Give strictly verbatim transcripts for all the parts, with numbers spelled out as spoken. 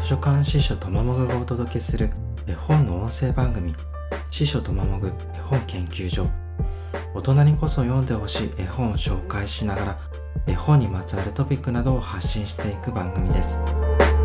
図書館司書とまもぐがお届けする絵本の音声番組、司書とまもぐ絵本研究所。大人にこそ読んでほしい絵本を紹介しながら、絵本にまつわるトピックなどを発信していく番組です。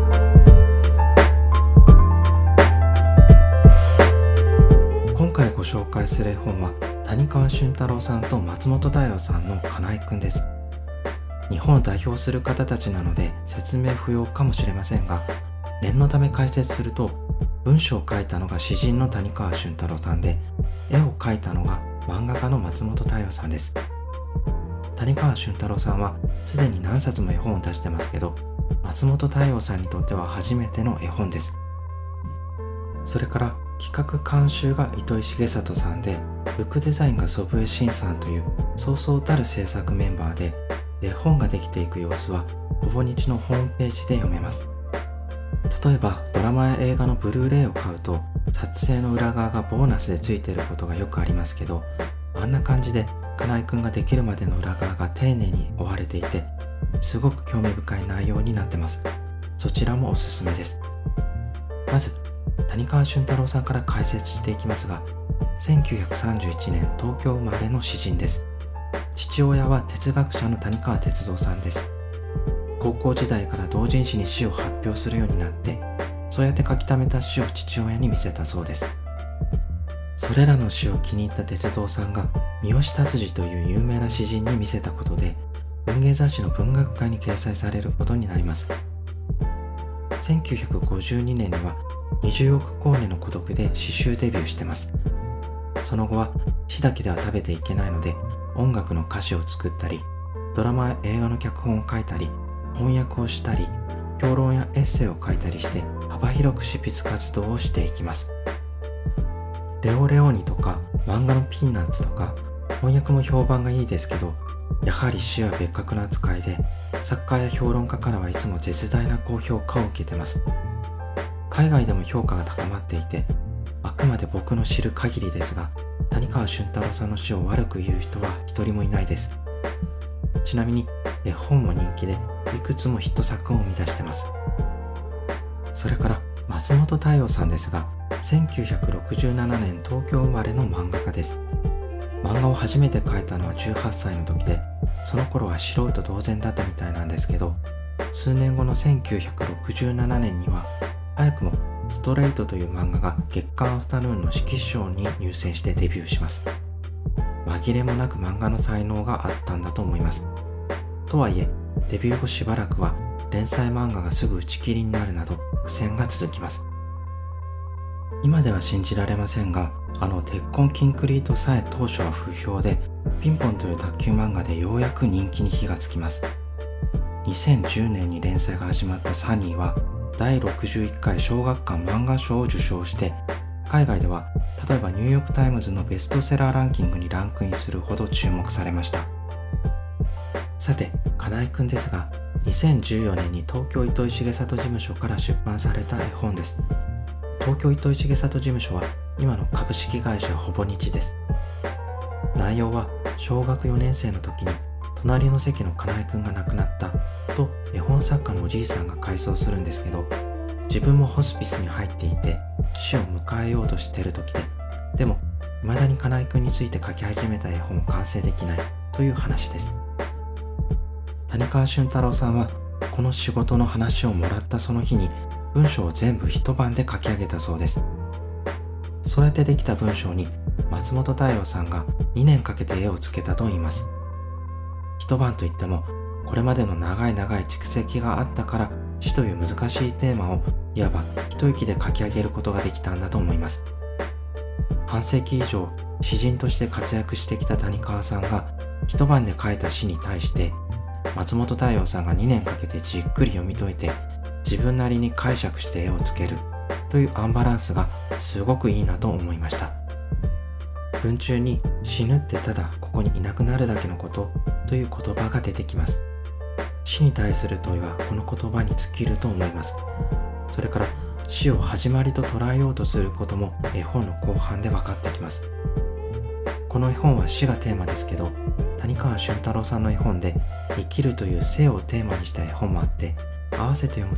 今回ご紹介する絵本は、谷川俊太郎さんと松本大洋さんのかなえくんです。日本を代表する方たちなので説明不要かもしれませんが、念のため解説すると、文章を書いたのが詩人の谷川俊太郎さんで、絵を描いたのが漫画家の松本大洋さんです。谷川俊太郎さんはすでに何冊も絵本を出してますけど、松本大洋さんにとっては初めての絵本です。それから企画監修が糸井重里さんで、ブックデザインが祖父江慎さんというそうそうたる制作メンバーで、絵本ができていく様子はほぼ日のホームページで読めます。例えばドラマや映画のブルーレイを買うと、撮影の裏側がボーナスでついていることがよくありますけど、あんな感じでかなえくんができるまでの裏側が丁寧に追われていて、すごく興味深い内容になってます。そちらもおすすめです。まず谷川俊太郎さんから解説していきますが、せんきゅうひゃくさんじゅういちねん東京生まれの詩人です。父親は哲学者の谷川哲三さんです。高校時代から同人誌に詩を発表するようになって、そうやって書き溜めた詩を父親に見せたそうです。それらの詩を気に入った哲三さんが三好達治という有名な詩人に見せたことで、文芸雑誌の文学界に掲載されることになります。せんきゅうひゃくごじゅうにねんにはにじゅうおく光年の孤独で詩集デビューしてます。その後は詩だけでは食べていけないので、音楽の歌詞を作ったり、ドラマや映画の脚本を書いたり、翻訳をしたり、評論やエッセイを書いたりして幅広く執筆活動をしていきます。レオレオニとか漫画のピーナッツとか翻訳も評判がいいですけど、やはり詩は別格な扱いで、作家や評論家からはいつも絶大な高評価を受けてます。海外でも評価が高まっていて、あくまで僕の知る限りですが、谷川俊太郎さんの詩を悪く言う人は一人もいないです。ちなみに絵本も人気で、いくつもヒット作を生み出してます。それから松本大洋さんですが、せんきゅうひゃくろくじゅうななねん東京生まれの漫画家です。漫画を初めて描いたのはじゅうはっさいの時で、その頃は素人同然だったみたいなんですけど、数年後のせんきゅうひゃくろくじゅうななねんには早くもストレイトという漫画が月刊アフタヌーンの指揮賞に入選してデビューします。紛れもなく漫画の才能があったんだと思います。とはいえデビュー後しばらくは連載漫画がすぐ打ち切りになるなど苦戦が続きます。今では信じられませんが、あの鉄痕キンクリートさえ当初は不評で、ピンポンという卓球漫画でようやく人気に火がつきます。にせんじゅうねんに連載が始まったサニーはだいろくじゅういっかい小学館漫画賞を受賞して、海外では例えばニューヨークタイムズのベストセラーランキングにランクインするほど注目されました。さて、かなえくんですが、にせんじゅうよねんに東京糸井重里事務所から出版された絵本です。東京糸井重里事務所は今の株式会社ほぼ日です。内容は小学よねん生の時に隣の席のかなえくんが亡くなったと絵本作家のおじいさんが回想するんですけど、自分もホスピスに入っていて死を迎えようとしている時で、でも未だにかなえくんについて書き始めた絵本を完成できないという話です。谷川俊太郎さんはこの仕事の話をもらったその日に文章を全部一晩で書き上げたそうです。そうやってできた文章に松本大洋さんがにねんかけて絵をつけたといいます。一晩といっても、これまでの長い長い蓄積があったから詩という難しいテーマをいわば一息で書き上げることができたんだと思います。半世紀以上詩人として活躍してきた谷川さんが一晩で書いた詩に対して、松本大洋さんがにねんかけてじっくり読み解いて自分なりに解釈して絵をつけるというアンバランスがすごくいいなと思いました。文中に死ぬってただここにいなくなるだけのことという言葉が出てきます。死に対する問いはこの言葉に尽きると思います。それから死を始まりと捉えようとすることも絵本の後半で分かってきます。この絵本は死がテーマですけど、谷川俊太郎さんの絵本で生きるという生をテーマにした絵本もあって、合わせて読むと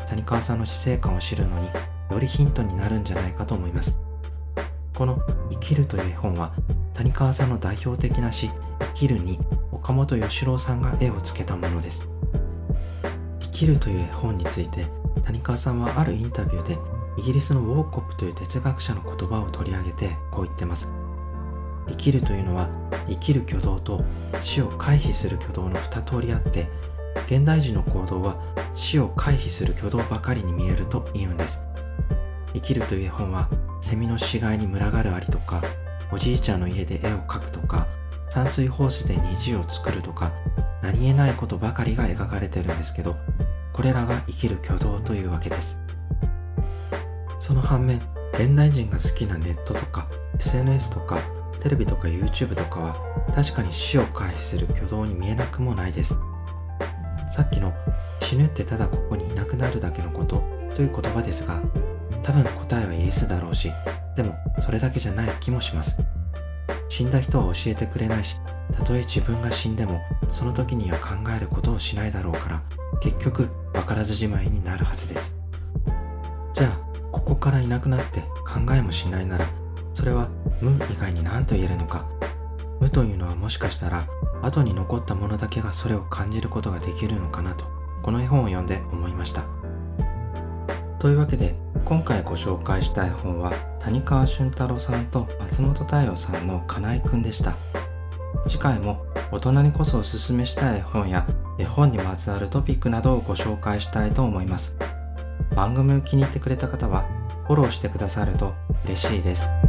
谷川さんの死生観を知るのによりヒントになるんじゃないかと思います。この生きるという絵本は谷川さんの代表的な詩生きるに岡本義郎さんが絵をつけたものです。生きるという絵本について谷川さんはあるインタビューでイギリスのウォーコップという哲学者の言葉を取り上げてこう言ってます。生きるというのは生きる挙動と死を回避する挙動の二通りあって、現代人の行動は死を回避する挙動ばかりに見えると言うんです。生きるという絵本はセミの死骸に群がるアリとか、おじいちゃんの家で絵を描くとか、散水ホースで虹を作るとか、何気ないことばかりが描かれてるんですけど、これらが生きる挙動というわけです。その反面、現代人が好きなネットとか エスエヌエス とかテレビとか YouTube とかは確かに死を回避する挙動に見えなくもないです。さっきの死ぬってただここにいなくなるだけのことという言葉ですが、多分答えはイエスだろうし、でもそれだけじゃない気もします。死んだ人は教えてくれないし、たとえ自分が死んでもその時には考えることをしないだろうから、結局分からずじまいになるはずです。じゃあここからいなくなって考えもしないなら、それは無以外に何と言えるのか。無というのはもしかしたら後に残ったものだけがそれを感じることができるのかなと、この絵本を読んで思いました。というわけで今回ご紹介した絵本は谷川俊太郎さんと松本大洋さんのかなえくんでした。次回も大人にこそおすすめしたい絵本や絵本にまつわるトピックなどをご紹介したいと思います。番組を気に入ってくれた方はフォローしてくださると嬉しいです。